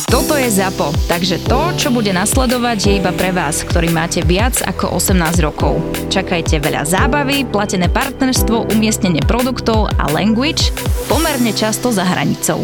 Toto je ZAPO, takže to, čo bude nasledovať, je iba pre vás, ktorý máte viac ako 18 rokov. Čakajte veľa zábavy, platené partnerstvo, umiestnenie produktov a language pomerne často za hranicou.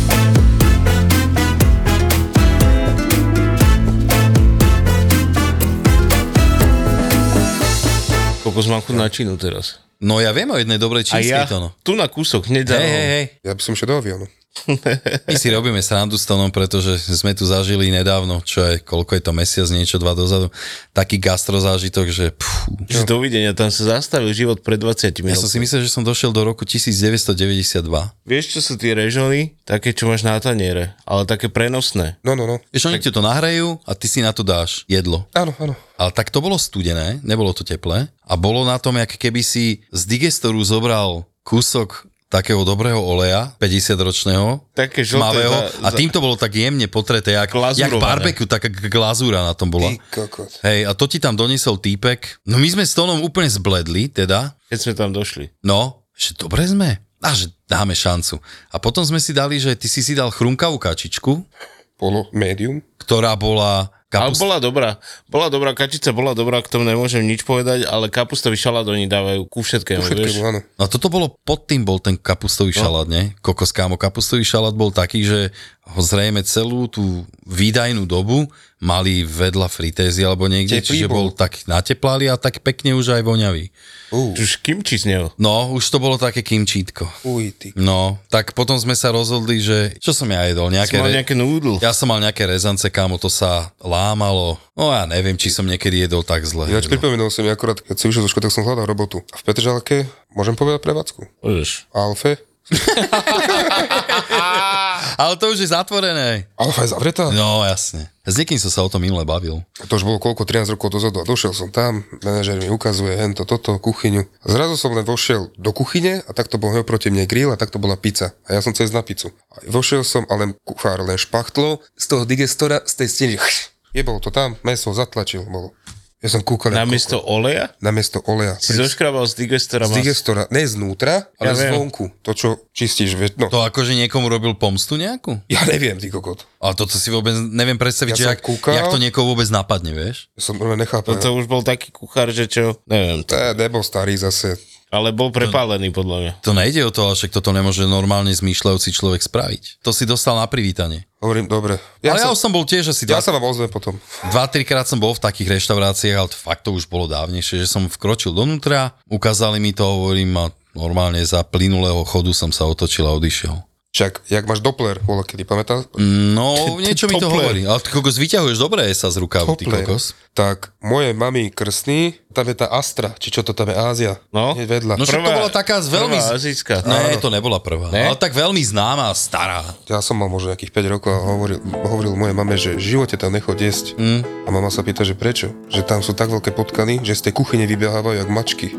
Kokos, mám chuť na činu teraz. No ja viem o jednej dobrej čínskej to. Tu na kúsok, hneď. Hej. Ja by som šiel do aviónu. My si robíme srandu s Tonom, pretože sme tu zažili nedávno, čo je, koľko je to mesiac, niečo, 2 dozadu, taký gastrozážitok, že Dovidenia, tam sa zastavil život pred 20 rokmi. Ja som si myslel, že som došiel do roku 1992. Vieš, čo sú tie režony? Také, čo máš na taniere, ale také prenosné. No. Vieš, oni ti to nahrajú a ty si na to dáš jedlo. Áno. Ale tak to bolo studené, nebolo to teplé a bolo na tom, jak keby si z digestoru zobral kúsok takého dobrého oleja, 50-ročného, také žlté a týmto bolo tak jemne potreté, jak barbecue, taká glazúra na tom bola. Hej, a to ti tam doniesol týpek. No my sme s Tonom úplne zbledli, teda. Keď sme tam došli. No, že dobre sme. A že dáme šancu. A potom sme si dali, že ty si dal chrumkavú kačičku. Polo medium. Ktorá bola... Ale bola dobrá kačica, bola dobrá, k tomu nemôžem nič povedať, ale kapustový šalát oni dávajú ku všetkému, vieš. Áno. No toto bolo, pod tým bol ten kapustový šalát, nie? Kokos, kámo, kapustový šalát bol taký, že ho zrejme celú tú výdajnú dobu mali vedľa fritézy alebo niekde, čiže bol tak nateplali a tak pekne už aj voňavý. Už kimči snel. No, už to bolo také kimčítko. No, tak potom sme sa rozhodli, že čo som ja jedol? Nejaké núdl. Ja som mal nejaké rezance, kámo, to sa lámalo. No ja neviem, či som niekedy jedol tak zle. Ináč pripomenul som mi akorát, keď si vyšiel zo školy, tak som hľadal robotu. A v Petržalke, môžem povedať prevádzku? Môžeš. Alfe? Ale to už je zatvorené. Alfa je zavretá? No, jasne. S niekým som sa o tom minule bavil. To už bolo koľko, 13 rokov dozadu a došiel som tam, manažer mi ukazuje toto, kuchyňu. Zrazu som len vošiel do kuchyne a takto bol proti mne grill a takto bola pizza. A ja som chcel ísť na pizzu. A vošiel som a len kuchár len špachtlo z toho digestora, z tej steny. Jebol to tam, mäso zatlačil, bolo. Ja som kúkal... Namiesto oleja? Namiesto oleja. Si zoškrabal z digestora Z digestora, ne znútra, ale zvonku. To, čo čistíš, vieš, no. To akože niekomu robil pomstu nejakú? Ja neviem, ty kokot. Ale toto si vôbec neviem predstaviť, že jak to niekoho vôbec napadne, vieš? Ja som nechápal. To už bol taký kuchár, že čo? Neviem. To nebol starý zase. Ale bol prepálený, podľa mňa. To nejde o to, ale však toto nemôže normálne zmýšľajúci človek spraviť. To si dostal na privítanie. Hovorím, dobre. Ja som bol tiež asi... Ja sa vám ozvem potom. 2-3 krát som bol v takých reštauráciách, ale fakt to už bolo dávnejšie, že som vkročil donútra, ukázali mi to, hovorím, a normálne za plynulého chodu som sa otočil a odišiel. Čak, jak máš Doppler, bolo kedy, pamätáš? No, niečo mi to hovorí. Ale ty kokos, vyťahuješ dobré sa z rukávu, ty kokos. Tak, moje mami krstný, tam je tá Astra, či čo to tam je, Ázia. No, je vedľa. No, však to bola taká veľmi... azijská. Ne, to nebola prvá. Ne? Ale tak veľmi známa, stará. Ja som mal možno nejakých 5 rokov a hovoril mojej mame, že v živote tam nechod jesť. A mama sa pýta, že prečo? Že tam sú tak veľké potkany, že z tej kuchyne vybehávajú jak mačky.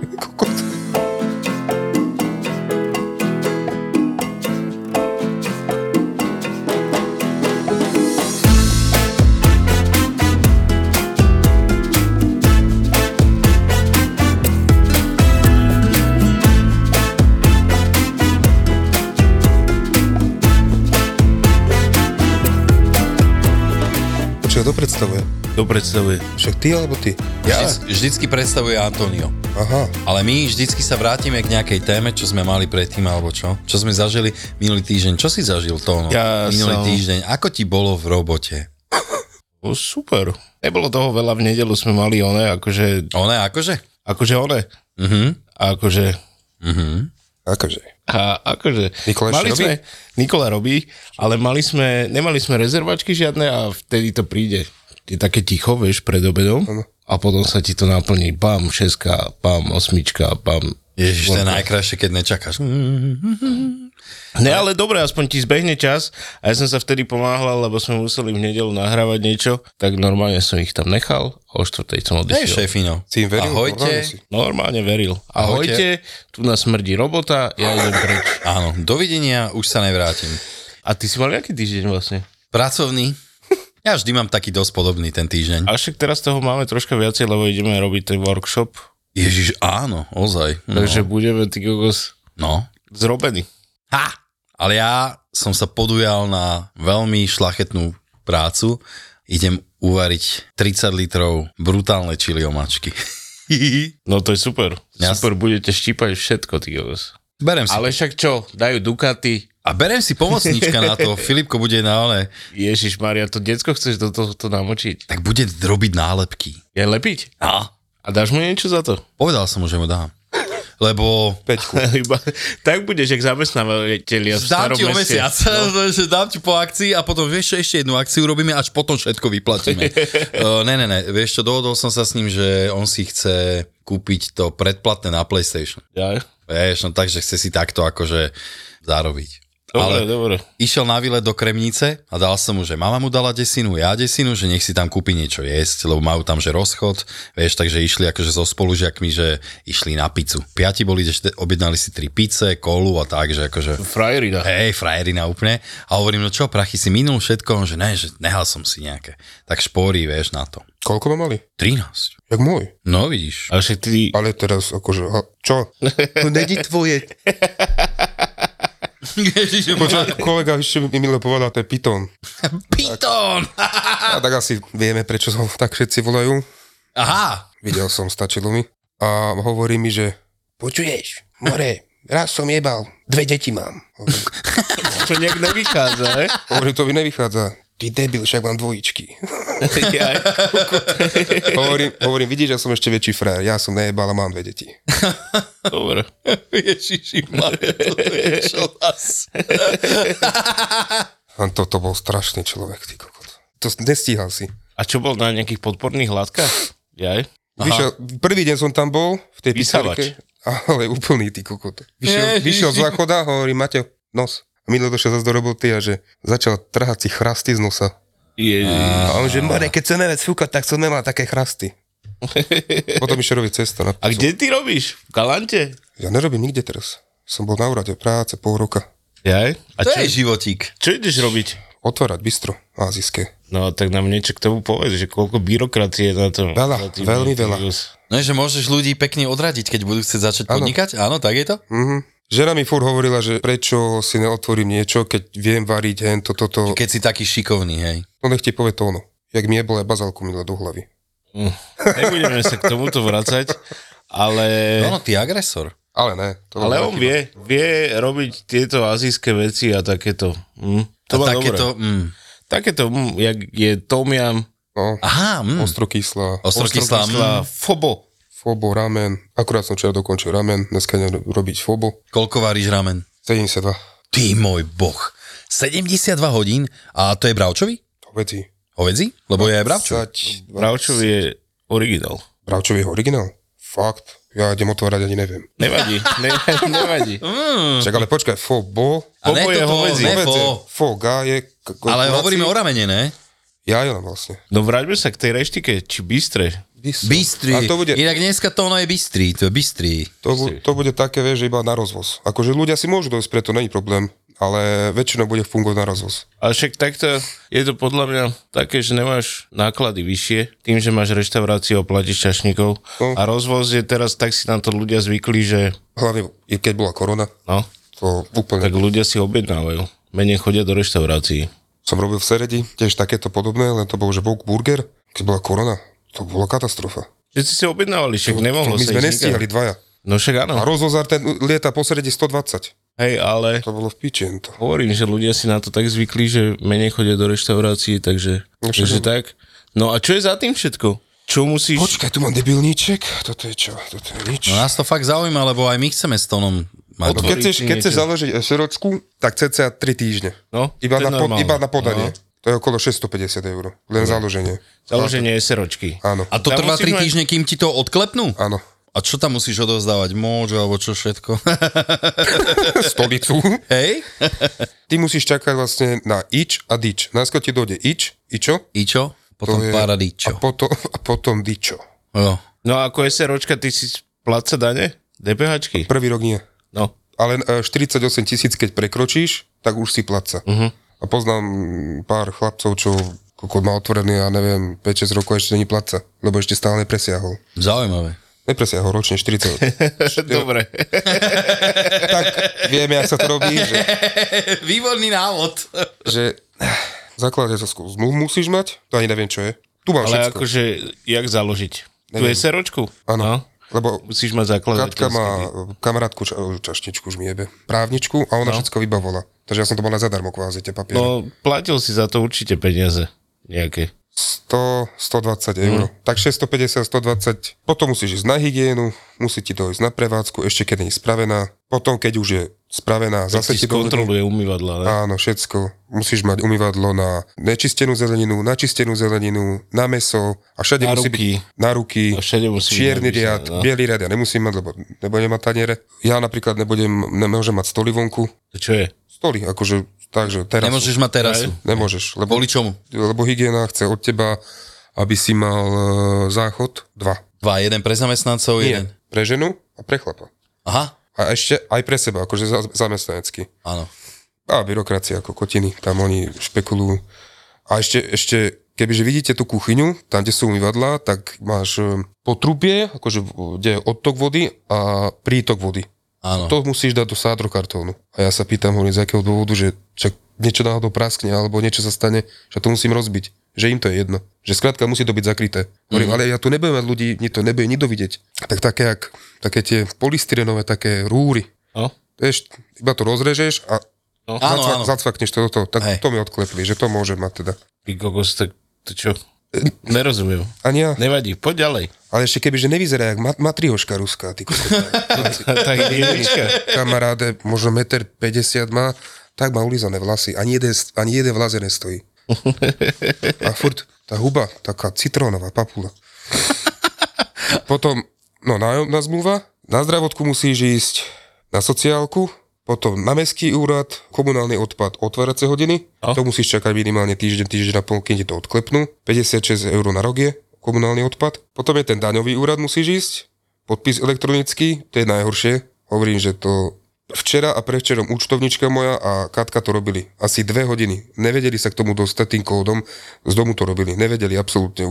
Kto predstavuje? Však ty alebo ty? Ja? Vždycky predstavuje Antonio. Aha. Ale my vždycky sa vrátime k nejakej téme, čo sme mali predtým, alebo čo? Čo sme zažili minulý týždeň. Čo si zažil, Tono? Minulý týždeň. Ako ti bolo v robote? Super. Nebolo toho veľa, v nedeľu sme mali akože... Akože one. A akože... Akože. A akože... Nikola robí, ale nemali sme rezervačky žiadne a vtedy to príde. Je také ticho, vieš, pred obedom a potom sa ti to naplní. Bam, 6, bam, 8, bam. Ježiš, to je najkrajšie, keď nečakáš. Ne, ale dobre, aspoň ti zbehne čas a ja som sa vtedy pomáhal, lebo sme museli v nedeľu nahrávať niečo, tak normálne som ich tam nechal a o 4:00 som odišiel. Hej, šéfino. Si im veril? Ahojte. Normálne veril. Ahojte, tu nás smrdí robota, ja idem preč. Áno, dovidenia, už sa nevrátim. A ty si mal aký týždeň vlastne? Pracovný. Ja vždy mám taký dosť podobný ten týždeň. A však teraz toho máme troška viacej, lebo ideme robiť ten workshop. Ježiš, áno, ozaj. No. Takže budeme ty kokos zrobení. Ale ja som sa podujal na veľmi šľachetnú prácu, idem uvariť 30 litrov brutálne čili omáčky. No to je super. Jasne. Super, budete štípať všetko, ty kokos. Berem si. Ale však čo, dajú Ducati. A berem si pomocníčka na to. Filipko bude na one. Ježišmaria, to decko chceš do tohto namočiť. Tak bude robiť nálepky. Je lepiť? A A dáš mu niečo za to? povedal som mu, že mu dám. Lebo... Peťku. Tak budeš, jak zamestnávateľia v Dám starom ti o meste. mesiac, že dám ti po akcii a potom vieš čo, ešte jednu akciu robíme, až potom všetko vyplatíme. Ne, vieš čo, dohodol som sa s ním, že on si chce kúpiť to predplatné na PlayStation. Ja? Vieš, no takže chce si takto akože zarobiť. Dobre, dobre. Išiel na výlet do Kremnice a dal som mu, že mama mu dala desinu, ja desinu, že nech si tam kúpi niečo jesť, lebo majú tam že rozchod, vieš, takže išli akože so spolužiakmi, že išli na pizzu. 5 boli, že objednali si 3 pizze, kolu a tak, že akože... Frajerina. Hej, frajerina úplne. A hovorím, no čo, prachy si minul všetko? Že ne, že nehal som si nejaké. Tak špóri, vieš, na to. Koľko ma mali? 13. Jak môj. No vidíš. Ale však ty... Ale teraz akože, čo? No není tvoje. Počuť, kolega ešte mi milé povedal, to je Python. Python! A tak asi vieme, prečo ho tak všetci volajú. Aha. Videl som, stačilo mi. A hovorí mi, že počuješ, more, raz som jebal, 2 deti mám. To nejak nevychádza, ne? Hovorím, to mi nevychádza. Ty debil, však mám dvojičky. Ja. Hovorím, vidíš, ja som ešte väčší frajer. Ja som nejebal a mám 2 deti. Dobre. Ježiši, toto je čolas. A to bol strašný človek, ty kokot. To nestíhal si. A čo bol na nejakých podporných látkach? Jaj? Prvý deň som tam bol, v tej Písavač. pizarike, ale úplný, ty kokot. Vyšiel z záchoda, hovorí, Maťo, nos. A Milo došiel zase do roboty a že začal trhať si chrasty z nosa. A on že, more, keď chceme vec fúkať, tak som nemal také chrasty. Potom išiel robiť cestu. A kde ty robíš? V Galante? Ja nerobím nikde teraz. Som bol na úrade práce pol roka. Jaj? A To je životík. čo ideš robiť? Otvárať bistro azijské. No tak nám niečo k tomu povedz, že koľko byrokracie je na tom. Veľa, veľmi veľa. No, že môžeš ľudí pekne odradiť, keď budú chcieť začať podnikať? Áno, tak je to? Žena mi furt hovorila, že prečo si neotvorím niečo, keď viem variť toto. Keď si taký šikovný, hej. No nech ti povie to ono. Jak mi jebol aj bazálku mila do hlavy. Nebudeme sa k tomuto vracať, ale... No, ty agresor. Ale ne. To Ale on vie robiť tieto azijské veci a takéto. To má takéto, dobre. Takéto, jak je tom yam, No, Aha, ostrokyslá. Ostrokyslá. Fobo. Fobo, ramen. Akurát som včera dokončil ramen. Dneska idem robiť fobo. Koľko varíš ramen? 72. Ty môj boh. 72 hodín? A to je bravčový? Veci. Hovedzí? Lebo je aj bravčový. Bravčov je originál. Bravčový je originál? Fakt? Ja idem otvárať, ani neviem. Nevadí. Však ale počkaj, fobo. A ne Fobo je toto, hovädzí. ne fo. Foga je... Ale hovoríme o ramene, ne? Ja len vlastne. No vráťme sa k tej reštike, či bystre. Bystrý. A to bude, Inak dneska to ono je bystrý, to je bystrý. to bude také, vieš, že iba na rozvoz. Akože ľudia si môžu dojsť, preto není problém, ale väčšinou bude fungovať na rozvoz. Ale však takto je to podľa mňa také, že nemáš náklady vyššie, tým, že máš reštauráciu a platíš čašníkov. No. A rozvoz je teraz, tak si na to ľudia zvykli, že Hlavne, keď bola korona, no, to úplne... tak ľudia si objednávajú. Menej chodia do reštaurácií. Som robil v Seredi, tiež takéto podobné, len to bol, že Vogue Burger, keď bola korona. To bola katastrofa. Že si objednávali, však nemohlo My sa sme ísť nestíhali nikam. dvaja. No však áno. A rozvozár ten lieta po Seredi 120. Hej, ale To bolo v piči to. hovorím, že ľudia si na to tak zvykli, že menej chodia do reštaurácií, takže tak. No a čo je za tým všetko? Čo musíš... Počkaj, tu mám debilníček. Toto je čo? Toto je nič. No nás to fakt zaujíma, lebo aj my chceme s Tónom mať. Otvoriť si Keď chceš niečo. založiť SROčku, tak cca 3 týždne. No, Iba to je na, normálne. iba na podanie. To je okolo 650 eur. Len založenie. Založenie SROčky. Áno. A to Tam trvá musíš 3 týždne, kým ti to odklepnú? Áno. A čo tam musíš odovzdávať? Môže, alebo čo všetko? Stolicu. Hej? Ty musíš čakať vlastne na ič a dič. Najskôr ti dojde ičo, Ičo? Potom to je- paradičo. a potom dičo. Jo. No a ako SROčka, ty si pláca dane? DPHčky? Prvý rok nie. No. Ale 48 000, keď prekročíš, tak už si platca. A poznám pár chlapcov, čo kokot má otvorený, ja neviem, 5-6 rokov ešte není platca, lebo ešte stále nepresiahol. Zaujímavé. Nepresiahol ročne 40. Dobre. Tak vieme, jak sa to robí, že, Výborný návod. že Zakladateľskú zmluvu musíš mať, to ani neviem, čo je. Tu mám Ale všetko. akože, jak založiť? Tu je seročku? Áno. No. Lebo Musíš mať zakladateľský. Katka má kamarátku, čašničku už mi jebe, právničku a ona všetko vybavovala. Takže ja som to mal zadarmo kvázi, tie papiere. No, platil si za to určite peniaze nejaké. 100, 120 eur. Tak 650, 120. Potom musíš ísť na hygienu, musí ti to ísť na prevádzku, ešte keď nie je spravená. Potom, keď už je spravená, zase ti to kontroluje umývadla, ne? Áno, všetko. Musíš mať umývadlo na nečistenú zeleninu, na čistenú zeleninu, na mäso a všade Na musí ruky. byť na ruky, A všade musí byť čierny napísané, riad, no. biely riad ja nemusím mať, lebo nebudem mať taniere. Ja napríklad nemôžem mať stoly vonku. To čo je? Stoly, akože takže terasu. Nemôžeš mať terasu. Nemôžeš, lebo Kvôli čomu? hygiena chce od teba, aby si mal záchod 2. Jeden pre zamestnancov, jeden. Nie, pre ženu a pre chlapa. Aha, A ešte aj pre seba, akože zamestnanecky. áno. A byrokracia ako kotiny, tam oni špekulujú. A ešte kebyže vidíte tú kuchyňu, tam, kde sú umývadlá, tak máš potrubie, akože kde je odtok vody a prítok vody. Áno. To musíš dať do sádrokartónu. A ja sa pýtam, hovorím, z akého dôvodu, že čak niečo náhodou praskne, alebo niečo sa stane, že to musím rozbiť. Že im to je jedno. Že skrátka musí to byť zakryté. Hovorím, ale ja tu nebudem mať ľudí, to nebude nikto vidieť. Tak také tie polystyrenové také rúry. No? Vieš, iba to rozrežeš a No. Áno. zacvakneš to do toho. Tak Hej. to mi odklepli, že to môže mať teda. Ty kokos, tak to čo? Nerozumiem. Ani ja. Nevadí, poď ďalej. Ale ešte keby, že nevyzerá jak matrioška ruská, ty kokos. Tak jednička. Kamaráde, možno 1,50 m má, tak má ulizané vlasy. Ani jeden vlaze nestojí. A furt tá huba, taká citrónová papula. Potom, nájomná zmluva, na zdravotku musíš ísť, na sociálku, potom na mestský úrad, komunálny odpad, otváracie hodiny, to musíš čakať minimálne týždeň a pol, keď ti to odklepnú, 56 eur na rok je komunálny odpad. Potom je ten daňový úrad, musíš ísť, podpis elektronický, to je najhoršie, hovorím, že to včera a prevčerom účtovnička moja a Katka to robili asi 2 hodiny. Nevedeli sa k tomu dostať tým kódom, z domu to robili. Nevedeli absolútne,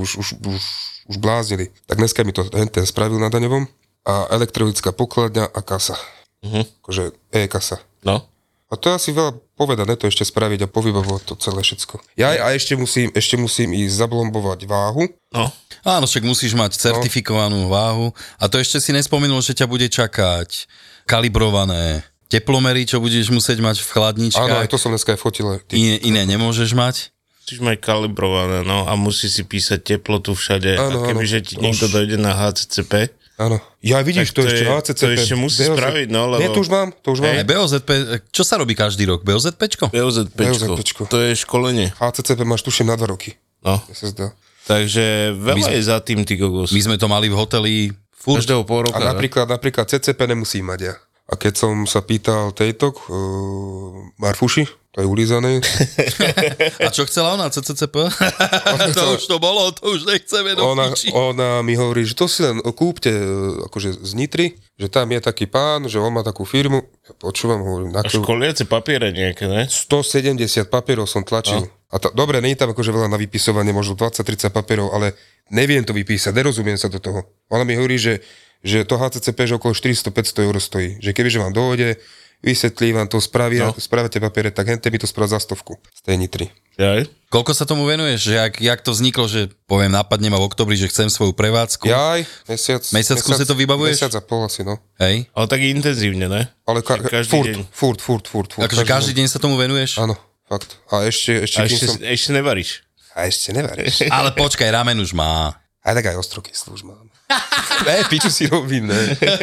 už bláznili. Tak dneska mi to ten spravil na daňovom a elektronická pokladňa a kasa. Akože e-kasa. No. A to je asi veľa povedané to ešte spraviť a povybavovať to celé všetko. A ešte musím ísť zablombovať váhu. No. Áno, však musíš mať certifikovanú váhu. A to ešte si nespomenul, že ťa bude čakať kalibrované teplomery, čo budeš musieť mať v chladničkách. Áno, aj to som dneska aj fotil. Iné nemôžeš mať. Musíš mať kalibrované, no a musí si písať teplotu všade. Áno, a kebyže ti niekto dojde na HCCP, áno. Ja vidíš, Tak to to ešte je- HCCP. to ešte musí spraviť, no, lebo- Nie, to už mám. Aj BOZP, čo sa robí každý rok? BOZPčko? BOZPčko. To je školenie. HCCP máš tuším na 2 roky. No. Ja sa zdá. Takže veľa je za tým, ty kokos. My sme to mali v hoteli furt. Každého pol roka. A napríklad CCP nemusím mať ja. A keď som sa pýtal tejto, Marfuši, to je ulízané, A čo chcela ona, CCCP? To už to bolo, to už nechceme do piči. ona mi hovorí, že to si len kúpte akože z Nitry, že tam je taký pán, že on má takú firmu. Ja počúvam, hovorím, A na školiace papiere nejaké, ne? 170 papierov som tlačil. A dobre, nie je tam akože veľa na vypisovanie, možno 20-30 papierov, ale neviem to vypísať, nerozumiem sa do toho. Ona mi hovorí, že to HCCP že okolo 400-500 eur stojí. Že kebyže vám dojde, vysvetlí vám to, spravíte papiere, tak hente mi to spraví za 100 z tej Nitry. Jaj? Koľko sa tomu venuješ? Že jak to vzniklo, že poviem, napadne ma v oktobri, že chcem svoju prevádzku? Jaj, mesiac kúse to vybavuješ? Mesiac a pol asi, no. Hej? Ale tak intenzívne, ne? Ale Každý deň. furt. Akože každý deň sa tomu venuješ? Áno, fakt. A ešte A kým som... ešte nevaríš. A ešte nevaríš. Ale počkaj, ramen už má. Aj tak aj ostrokyslu už mám. Piču si robím, ne?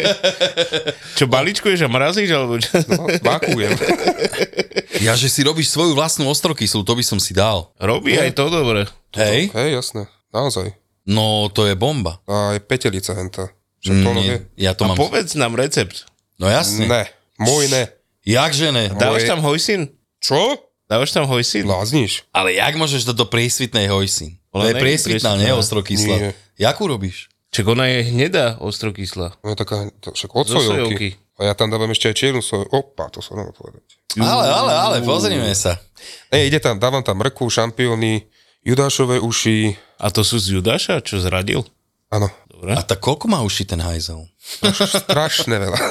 Čo, balíčkuješ a mrazíš, alebo čo? No, vakujem. Ja, že si robíš svoju vlastnú ostrokyslu, to by som si dal. Robí aj to dobre. Hej? Hej, jasné. Naozaj. No, to je bomba. A je petelica henta. Však to Nie, ja to A mám... povedz nám recept. No jasne. Ne. Môj ne. Jakže ne? Dávaš tam hojsín? Čo? Dávaš tam hojsín? Blázniš? Ale jak môžeš dať do priesvitnej hojsín? To je Ona nie je priesvitná, priesvitná. nie ostrokysla. Nie. Jakú robíš? Čak ona je hnedá, ostrokysla. No taká, však od Zo sojovky. sojovky. A ja tam dávam ešte aj čiernu soju. Opa, to som mal povedať. Ale, pozrime sa. Dávam tam mrkvu, šampióny, judášové uši. A to sú z Judáša, čo zradil? Áno, Dobre. A tak koľko má uši ten hajzel? strašne veľa.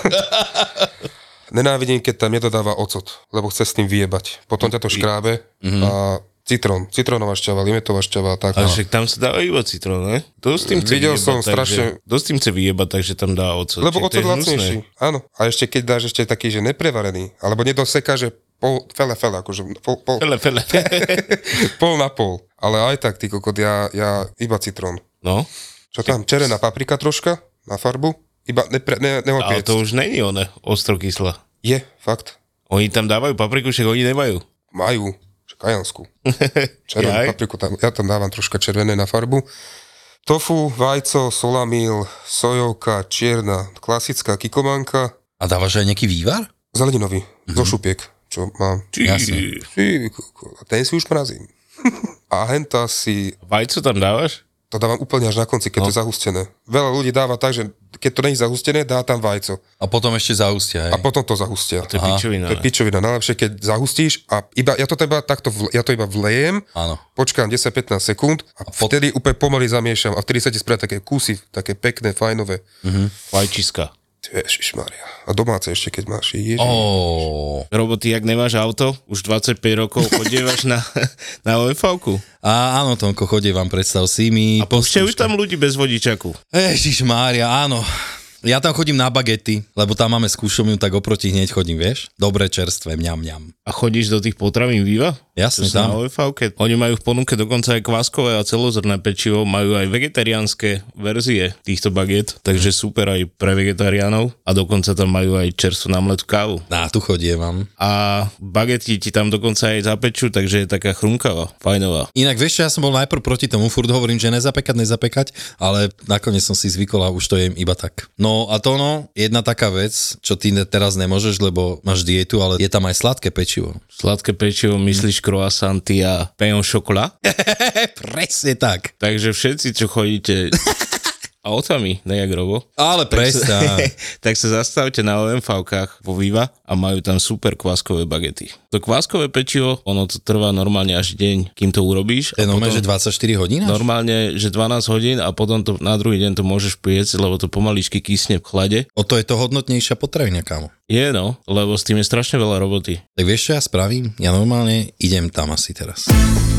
Nenávidím, keď tam nedodáva ocot, lebo chce s tým vyjebať. Potom ťa to škrábe a Citrónová šťava, limetová šťava, tak. Ale však tam sa dá iba citrón, ne? Videl som strašne... Dosť tým chce vyjebať, takže tam dá ocot. Lebo ocot lacnejší, áno. A ešte keď dáš ešte taký, že neprevarený, alebo nedoseká, že fele, akože Fele. pol na pol. Ale aj tak, ty kokot, ja iba citrón. No. Čo tam, červená paprika troška na farbu? Iba Ale neopiec. to už není one ostrokysla. Je, fakt. Oni tam dávajú papriku, však oni nemajú. Majú, kajanskú. Červenú papriku, ja tam dávam troška červené na farbu. Tofu, vajco, solamil, sojovka, čierna, klasická kikomanka. A dávaš aj nejaký vývar? Zeleninový, zo šupiek, čo mám. Jasne. Ten si už mrazím. A henta si... Vajco tam dávaš? To dávam úplne až na konci, keď to je zahustené. Veľa ľudí dáva tak, že keď to nie je zahustené, dá tam vajco. A potom ešte zahustia, hej? A potom to zahustia. To je pičovina. To je pičovina. Najlepšie, keď zahustíš a ja to iba vlejem, Áno. počkám 10-15 sekúnd a vtedy úplne pomaly zamiešam a vtedy sa ti spravia také kusy, také pekné, fajnové. Vajčiska. Ježišmaria. A domáce ešte, keď máš. Roboty, ak nemáš auto, už 25 rokov chodievaš na OMV-ku. A áno, Tonko, chodievam, predstav si mi. A púšťajú tam ľudí bez vodičaku. Ježišmária, áno. Ja tam chodím na bagety, lebo tam máme skúšovňu, tak oproti hneď chodím, vieš? Dobré, čerstvé, mňam. A chodíš do tých potravín Viva? Jasne, tam. tam. Na OMV-ke. Oni majú v ponuke dokonca aj kváskové a celozrné pečivo, majú aj vegetariánske verzie týchto baget, takže super aj pre vegetariánov a dokonca tam majú aj čerstvu namletú kávu. Tu chodievam. A bagety ti tam dokonca aj zapečú, takže je taká chrumkavá, fajnová. Inak vieš, ja som bol najprv proti tomu, furt hovorím, že nezapekať, ale nakoniec som si zvykol a už to jem iba tak. No a to jedna taká vec, čo ty teraz nemôžeš, lebo máš dietu, ale je tam aj sladké pečivo. Sladké pečivo, myslíš croissanty a pain au chocolat? Presne tak. Takže všetci, čo chodíte autami, nejak Robo. Ale presne. Tak sa zastavte na OMV-kách vo Viva a majú tam super kváskové bagety. To kváskové pečivo, ono to trvá normálne až deň, kým to urobíš. To je normálne, že 24 hodín? Normálne, že 12 hodín a potom to na druhý deň to môžeš piecť, lebo to pomaličky kysne v chlade. O to je to hodnotnejšia potravina, kámo. Je lebo s tým je strašne veľa roboty. Tak vieš, čo ja spravím? Ja normálne idem tam asi teraz.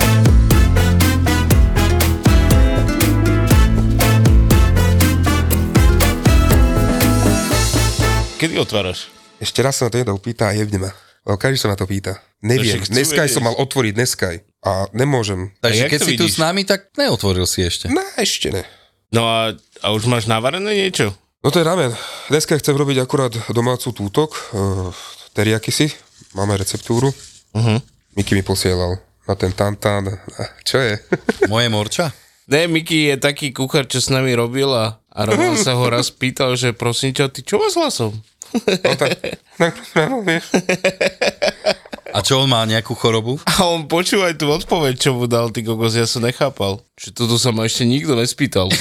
Kedy otváraš? Ešte raz sa na to jednou pýta a jebne ma. Každý sa na to pýta. Neviem, dneska som mal otvoriť, dneska a nemôžem. Takže keď si tu s nami, tak neotvoril si ešte. No, ešte ne. No a už máš navarené niečo? No to je ramen. Dneska chcem robiť akurát domácu tútok, teriyaki. Máme receptúru. Miki mi posielal na ten tantán. Čo je? Moje morča? Ne, Miki je taký kuchár, čo s nami robil a Roman sa ho raz pýtal, že prosím ťa, ty čo máš s hlasom? No tak vieš. A čo, on má nejakú chorobu? A on počúvaj tú odpoveď, čo mu dal, ty kokos, ja som nechápal. Že toto sa ma ešte nikto nespýtal.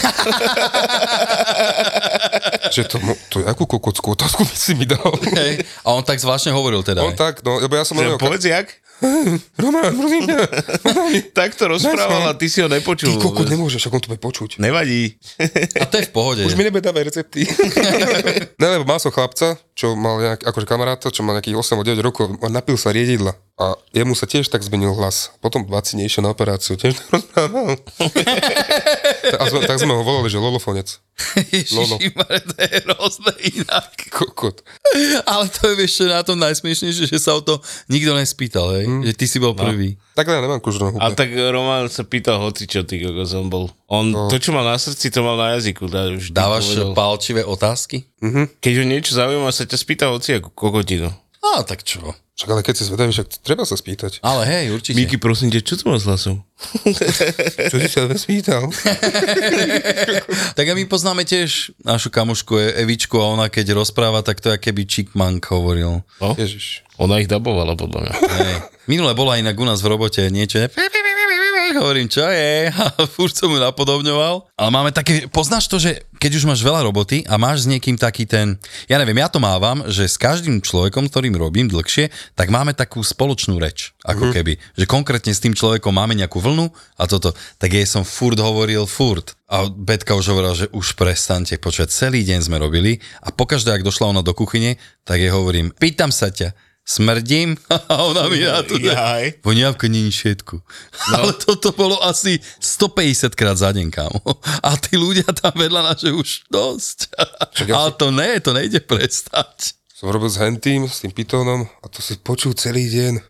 Že to akú kokockú otázku by si mi dal? Hej. A on tak zvláštne hovoril teda. On tak, no, lebo ja som... Povedz jak? Roman, prosím ťa. Tak to rozprával a ty si ho nepočul. Ty kokot nemôžeš, ako on to bude počuť. Nevadí. A to je v pohode. Už mi nebedávaj recepty. Ne, lebo mal som chlapca, čo mal akože kamaráta, čo mal nejakých 8-9 rokov, on napil sa riedidla a jemu sa tiež tak zmenil hlas. Potom 20 išiel na operáciu, tiež tak rozprával. Tak sme ho volali, že lolofonec. Ježišimare, to je hrozné inak. Kokot. Ale to je vieš, čo na tom najsmiešnejšie, že sa o to nikto nespýtal, hej? Že ty si bol prvý. Tak ja nemám kužnú húpe. A tak Roman sa pýtal hocičo, ty kokos, on bol. To, čo mal na srdci, to mal na jazyku. Dávaš palčivé otázky? Keď ho niečo zaujíma, sa ťa spýta hociakú kokotinu. A tak čo? Však ale keď si zvedavý, však treba sa spýtať. Ale hej, určite. Miki, prosím ťa, čo tu máš s hlasom? Čo si sa spýtal? Tak a my poznáme tiež našu kamošku Evičku a ona keď rozpráva, tak to je keby Chickmank hovoril. No? Ježiš. Ona ich dabovala, podľa mňa. Hej. Minule bola inak u nás v robote niečo. Hovorím, čo je? A furt som ju napodobňoval. Ale máme také, poznáš to, že keď už máš veľa roboty a máš s niekým taký ten, ja neviem, ja to mávam, že s každým človekom, ktorým robím dlhšie, tak máme takú spoločnú reč, ako keby. Že konkrétne s tým človekom máme nejakú vlnu a toto. Tak jej som furt hovoril. A Betka už hovorila, že už prestaňte počuť. Celý deň sme robili a pokaždé, ak došla ona do kuchyne, tak jej hovorím, pýtam sa ťa, smrdím a ona mi na to, voňavka nie je všetko. No. Ale toto bolo asi 150 krát za deň, kámo. A tí ľudia tam vedľa naše už dosť. Ale to nejde prestať. Som robil s hentým, s tým pitónom a to si počul celý deň.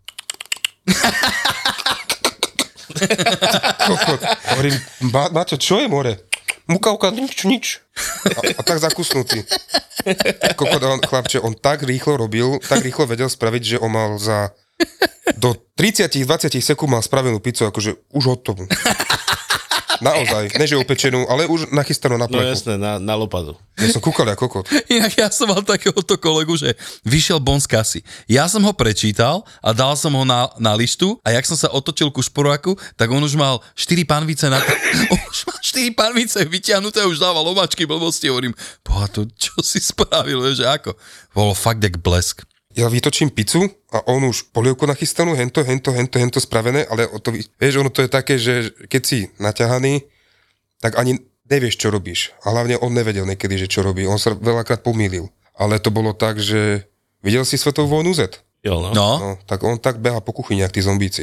Hovorím, Maťo, čo je more? Mukavka, nič. A tak zakusnutý. Chlapče, on tak rýchlo vedel spraviť, že on mal do 30-20 sekúnd mal spravenú pizzu, akože už hotovú. Naozaj, neže upečenú, ale už nachystanú na plechu. No jasné, na lopatu. Ja som kúkal ako kokot. Inak ja som mal takéhoto kolegu, že vyšiel bon z kasy. Ja som ho prečítal a dal som ho na listu a jak som sa otočil ku šporáku, tak on už mal 4 panvice vyťahnuté, už dával omačky blbosti. Hovorím, boha, to čo si spravil, že ako? Bolo fakt jak blesk. Ja vytočím pizzu a on už polievku nachystanú, hento spravené, ale ono to je také, že keď si naťahaný, tak ani nevieš, čo robíš. A hlavne on nevedel niekedy, že čo robí. On sa veľakrát pomýlil. Ale to bolo tak, že videl si Svetovú vojnu Z? Jo, no. No, tak on tak beha po kuchyni, jak tí zombíci.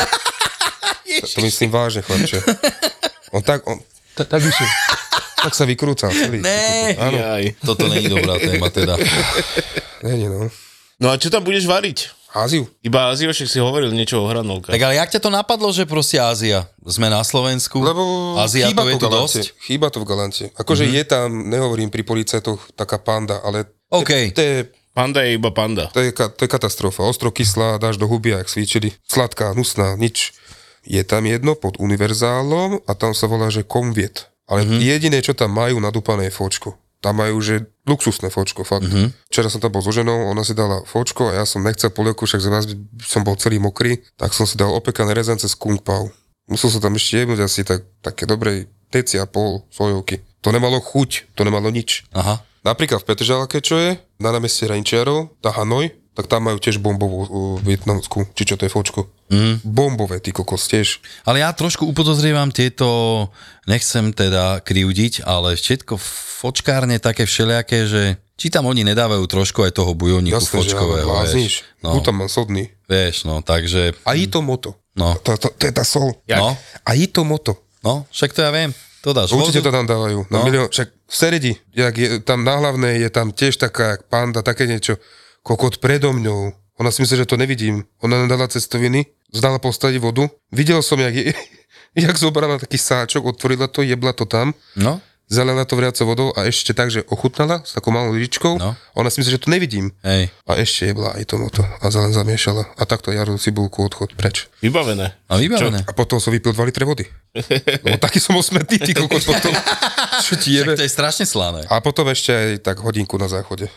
to myslím vážne, chlapče. Tak vyšiel. Tak sa vykrúcal celý. Toto není dobrá téma teda. Nie, no. No a čo tam budeš variť? Áziu. Iba Áziu, však si hovoril niečo o hranolkách. Tak ale jak ťa to napadlo, že proste Ázia? Sme na Slovensku, lebo Ázia to je tu dosť? Chýba to v Galante. Akože je tam, nehovorím pri policajtoch, taká panda, ale Panda je iba panda. To je katastrofa. Ostrokyslá, dáš do huby, jak svíčili. Sladká, hnusná, nič. Je tam jedno pod univerzálom a tam sa volá, že Konviet. Ale jediné, čo tam majú nadúpané je fočko. Tam majú, že luxusné fočko, fakt. Včera som tam bol so ženou, ona si dala fočko a ja som nechcel polievku, však za vás som bol celý mokrý, tak som si dal opekané rezance z kung pao. Musel som tam ešte jebnúť asi také dobrej deci a pol sojovky. To nemalo chuť, to nemalo nič. Aha. Napríklad v Petržalke, čo je, na námestí Rančiarov, tá Hanoj, tak tam majú tiež bombovú vietnamskú, či čo to je fočko. Bombové, ty kokos, tiež. Ale ja trošku upodozrievam tieto, nechcem teda krivdiť, ale všetko fočkárne také všelijaké, že či tam oni nedávajú trošku aj toho bujovníku fočkového, vieš. No. Tam mám sodný. Vieš, no, takže... A to moto. No. To je tá sol. No. A to moto. No, však to ja viem. To dáš určite to tam dávajú. No. Však v Seredi, tam na hlavnej je tam tiež taká panda, také niečo. Kokot predo mňou. Ona si myslí, že to nevidím. Ona nadala cestoviny, zdala postaviť vodu. Videl som, jak zobrala taký sáčok, otvorila to, jebla to tam. No. Zalila to vriacou vodou a ešte tak, že ochutnala s takou malou lyžičkou. No. Ona si myslí, že to nevidím. Hej. A ešte jebla aj tomuto. A zelen zamiešala. A takto jarú cibulku, odchod preč. Vybavené. A vybavené. A potom som vypil 2 litre vody. Lebo taký som osmetný, ty kokos potom. Čo ti jebe? To je strašne slané. A potom ešte aj tak hodinku na záchode.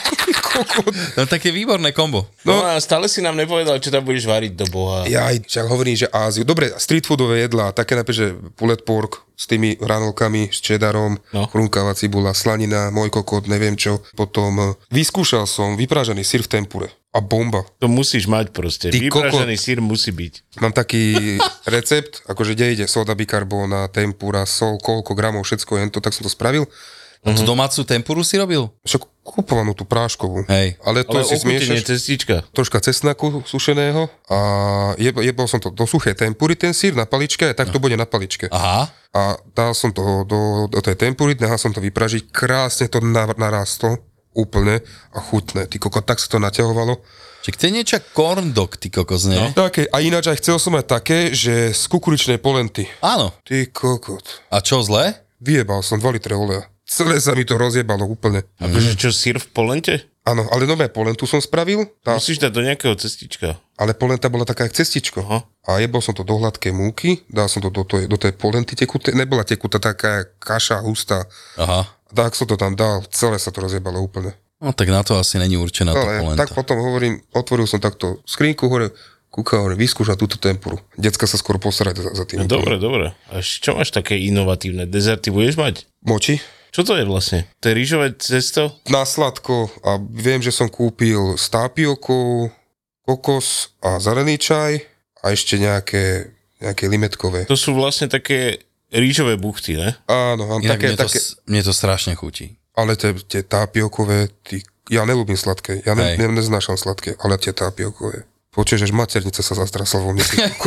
No také výborné kombo. No a stále si nám nepovedal, čo tam budeš variť do boha. Ja aj však hovorím, že Áziu. Dobre, street foodové jedlá, také napríklad, že pulled pork s tými hranolkami, s čedarom, chrumkavá cibula, slanina, môj kokot, neviem čo. Potom vyskúšal som vyprážaný syr v tempure. A bomba. To musíš mať proste. Vypražený sír musí byť. Mám taký recept, akože kde ide soda bikarbóna, tempura, sol, koľko gramov, všetko jento, tak som to spravil. A tú domácu tempuru si robil? Však kúpovanú tú práškovú. Hej. Ale to si zmiešaš. Cestička. Troška cesnaku sušeného a jebol som to do suché tempury, ten sír na paličke, tak to bude na paličke. Aha. A dal som to do tej tempury, nechal som to vypražiť, krásne to narastlo, úplne a chutné. Ty kokot, tak sa to naťahovalo. Čiže to je niečo corn dog, ty kokos, nie? No. Také, a ináč aj chcel som mať také, že z kukuričnej polenty. Áno. Ty kokot. A čo zle? Vyjebal som 2 litre oleja. Celé sa mi to rozjebalo úplne. Akože čo, sír v polente? Áno, ale nové polentu som spravil. Musíš dať do nejakého cestička. Ale polenta bola taká jak cestičko. Aha. A jebol som to do hladkej múky, dal som to do tej polenty tekutej. Nebola tekutá, taká kaša hustá. Aha. Tak som to tam dal, celé sa to rozjebalo úplne. No tak na to asi není určená tá polenta. Tak potom hovorím, otvoril som takto skrinku hore, kúkal, vyskúšať túto tempuru. Decka sa skoro posrať za tým. No, dobre. A čo máš také inovatívne? Dezerty budeš mať? Moči. Čo to je vlastne? To je rýžové cesto? Na sladko a viem, že som kúpil s tápiokou, kokos a zelený čaj a ešte nejaké limetkové. To sú vlastne také rýžové buchty, ne? Áno, také. Mne to strašne chutí. Ale tie tápiokové, ty ja neľúbim sladké, ja neznášam sladké, ale tie tapiokové. Počuješ, maternica sa zastrasla vo mne.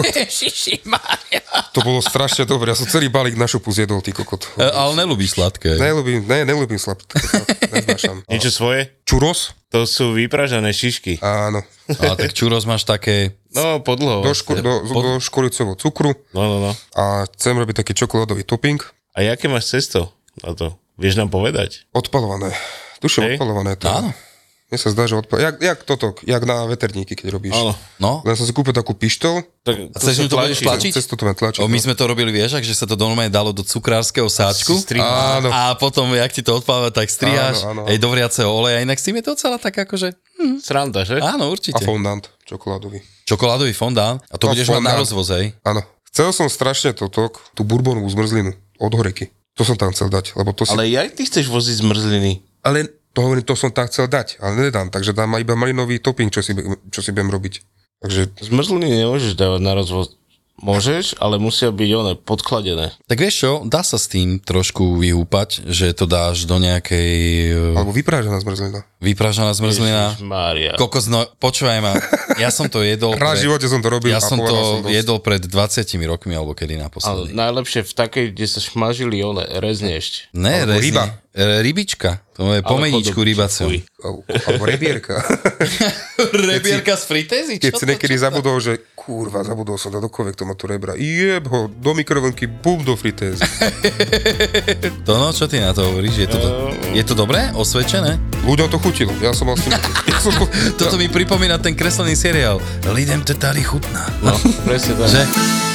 To bolo strašne dobré, ja som celý balík na šupu zjedol, ty kokot. Ale neľúbíš sladké. Neľúbim sladké, neznášam. Niečo svoje? Churros? To sú vypražané šišky. Áno. Ale tak churros máš také... No, podlho. Do škoricového cukru. No. A chcem robiť taký čokoládový topping. A jaké máš cesto na to? Vieš nám povedať? Odpalované. Tuším, odpalované to. Áno. Mne sa zdá, že jak na veterníky, keď robíš. Áno. No. Len som si kúpil takú pištol. A chceš mi to budeš tlačiť? Cez to tlačiť. My sme to robili, vieš, že sa to normálne dalo do cukrárskeho sáčku. Áno. A potom, jak ti to odpáva, tak striháš aj do vriaceho oleja. Inak s tým je to celá tak akože... Sranda, že? Áno, určite. A fondant čokoládový. Čokoládový fondant. A to budeš mať na rozvoz, hej? Áno. Chcel som strašne tú bourbonovú zmrzlinu od Horeky. To som tam chcel dať, lebo to si... Ale jak ty chceš voziť zmrzliny? Ale to hovorím, to som tam chcel dať, ale nedám, takže dám iba malinový topping, čo si budem robiť. Takže... Zmrzliny nemôžeš dávať na rozvoz. Môžeš, ale musia byť podkladené. Tak vieš čo, dá sa s tým trošku vyhúpať, že to dáš do nejakej... Alebo vyprážaná zmrzlina. Vyprážaná zmrzlina. Ježišmária. Kokos, no počúvaj ma, ja som to jedol... Raz v živote som to robil. Ja som to jedol pred 20 rokmi, alebo kedy naposledy. Ale najlepšie v takej, kde sa šmažili rezniešť. Ne, ryba. Rybička. To je pomeníčku rybaciu. Alebo rebierka. Rebierka z fritézy? Keď si niekedy zabudol, že zabudol som dať do kovek tomato rebra. Jeb ho, do mikrovlnky, bum, do fritézy. To no, čo ty na to hovoríš? Je to dobré? Osvedčené? Ľuďom to chutilo. Ja som vlastne... Toto mi pripomína ten kreslený seriál. Lidem to tady chutná. No, presne tak. Že?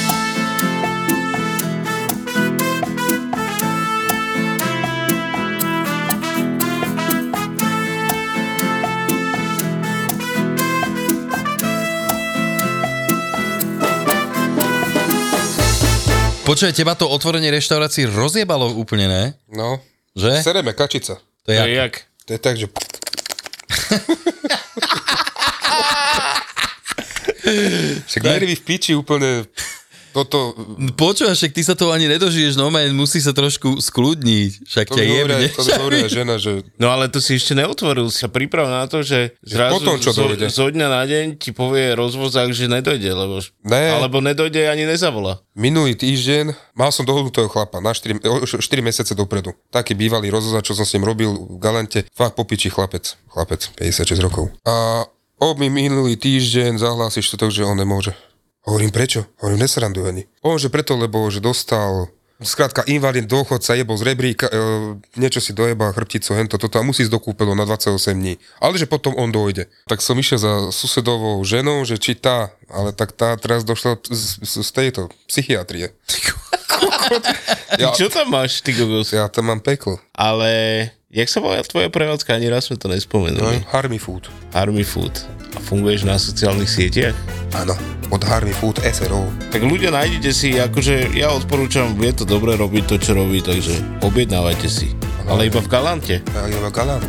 Počuj, teba to otvorenie reštaurácií rozjebalo úplne, ne? No. Že? Sereme kačica. To je jak? To je tak, že... Však nervy v piči úplne... Toto... Počúvaš, však ty sa to ani nedožiješ, no man, musí sa trošku skľudniť, však ťa jebne. To by hovorila žena, že... No ale to si ešte neotvoril, sa priprav na to, že zrazu potom, čo dojde. Zo dňa na deň ti povie rozvozák, že nedojde, alebo nedojde ani nezavolá. Minulý týždeň mal som dohodnutého chlapa na 4 mesiace dopredu. Taký bývalý rozvozák, čo som s ním robil v Galante, fakt popičí chlapec, 56 rokov. A minulý týždeň zahlásiš to, že on nemôže. Hovorím, prečo? Hovorím, nesranduj ani. Že preto, lebo že dostal, skrátka, invalid dôchodca, jebol z rebríka, niečo si dojebal, chrbticu, hento, toto a musí ísť do kúpeľu na 28 dní. Ale že potom on dojde. Tak som išiel za susedovou ženou, že či ale tak tá teraz došla z tejto psychiatrie. Ty čo tam máš, ty gogos? Ja tam mám peklo. Ale, jak sa volá tvoja prevádzka? Ani raz sme to nespomenuli. No, Harmy Food. Harmy Food. A funguješ na sociálnych sieťach? Áno, od Harmy Food SRO. Tak ľudia, nájdete si, akože ja odporúčam, je to dobre robiť to, čo robí, takže objednávajte si. Ale iba v Galante. Iba v Galante.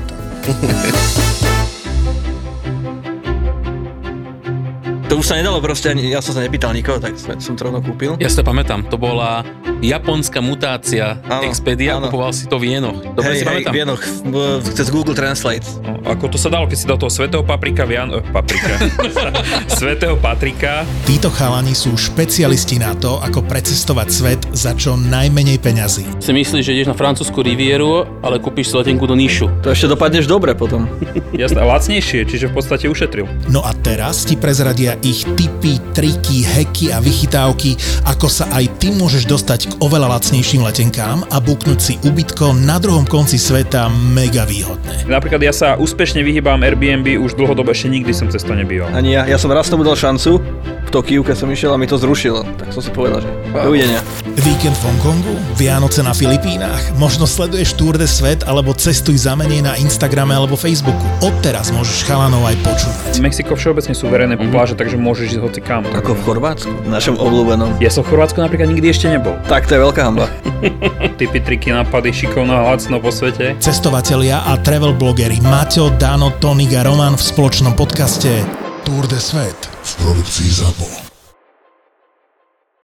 To už sa nedalo proste, ja som sa nepýtal nikoho, tak som to rovno kúpil. Ja si to pamätám, to bola japonská mutácia Expedia, kupoval si to v jenoch. Dobre si pamätám. V jenoch, cez Google Translate. No, ako to sa dalo, keď si dal toho svätého paprika svätého Patrika. Títo chalani sú špecialisti na to, ako precestovať svet za čo najmenej peňazí. Si myslíš, že ideš na francúzsku rivieru, ale kúpiš si letenku do Níšu. To ešte dopadneš dobre potom. Jasné, lacnejšie, čiže v podstate ušetril. No a teraz ti prezradia ich tipy, triky, hacky a vychytávky, ako sa aj ty môžeš dostať k oveľa lacnejším letenkám a buknúť si ubytko na druhom konci sveta mega výhodné. Napríklad ja sa úspešne vyhýbam Airbnb, už dlhodobo ešte nikdy som cez to nebýval. Ani ja som raz tomu dal šancu, v Tokiu, keď som išiel a mi to zrušilo, tak som si povedal, že dovidenia. Víkend v Hongkongu, Vianoce na Filipínach, možno sleduješ Tour de Svet alebo cestuj za menej na Instagrame alebo Facebooku. Odteraz môžeš chalanov aj počúvať. Mexiko všeobecne sú verejné pláže, takže môžeš ísť hoci kam. Ako v Chorvátsku, v našom obľúbenom. Ja som v Chorvátsku napríklad nikdy ešte nebol. Tak to je veľká hanba. Tipy, triky, nápady, šikovná, lacno po svete. Cestovatelia a travel blogeri Maťo, Dano, Tonik a Roman v spoločnom podcaste Tour de Svet v produkcii ZAPO.